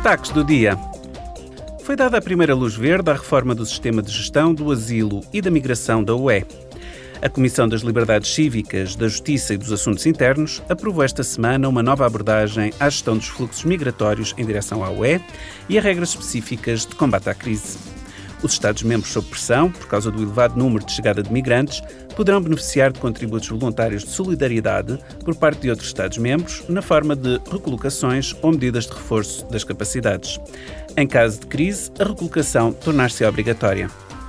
Destaques do dia. Foi dada a primeira luz verde à reforma do sistema de gestão do asilo e da migração da UE. A Comissão das Liberdades Cívicas, da Justiça e dos Assuntos Internos aprovou esta semana uma nova abordagem à gestão dos fluxos migratórios em direção à UE e a regras específicas de combate à crise. Os Estados-membros sob pressão, por causa do elevado número de chegada de migrantes, poderão beneficiar de contributos voluntários de solidariedade por parte de outros Estados-membros na forma de recolocações ou medidas de reforço das capacidades. Em caso de crise, a recolocação tornar-se obrigatória.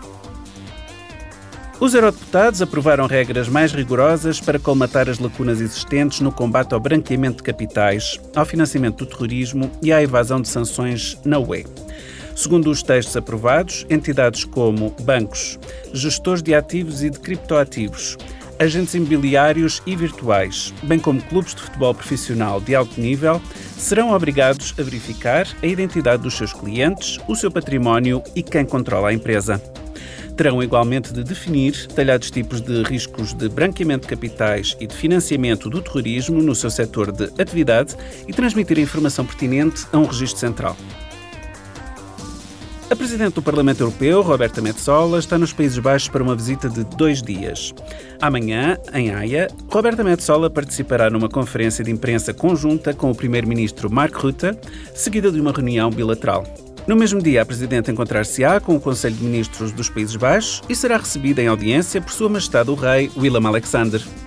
Os eurodeputados aprovaram regras mais rigorosas para colmatar as lacunas existentes no combate ao branqueamento de capitais, ao financiamento do terrorismo e à evasão de sanções na UE. Segundo os textos aprovados, entidades como bancos, gestores de ativos e de criptoativos, agentes imobiliários e virtuais, bem como clubes de futebol profissional de alto nível, serão obrigados a verificar a identidade dos seus clientes, o seu património e quem controla a empresa. Terão igualmente de definir detalhados tipos de riscos de branqueamento de capitais e de financiamento do terrorismo no seu setor de atividade e transmitir a informação pertinente a um registro central. A Presidente do Parlamento Europeu, Roberta Metsola, está nos Países Baixos para uma visita de 2 dias. Amanhã, em Haia, Roberta Metsola participará numa conferência de imprensa conjunta com o Primeiro-Ministro Mark Rutte, seguida de uma reunião bilateral. No mesmo dia, a Presidente encontrar-se-á com o Conselho de Ministros dos Países Baixos e será recebida em audiência por Sua Majestade o Rei Willem-Alexander.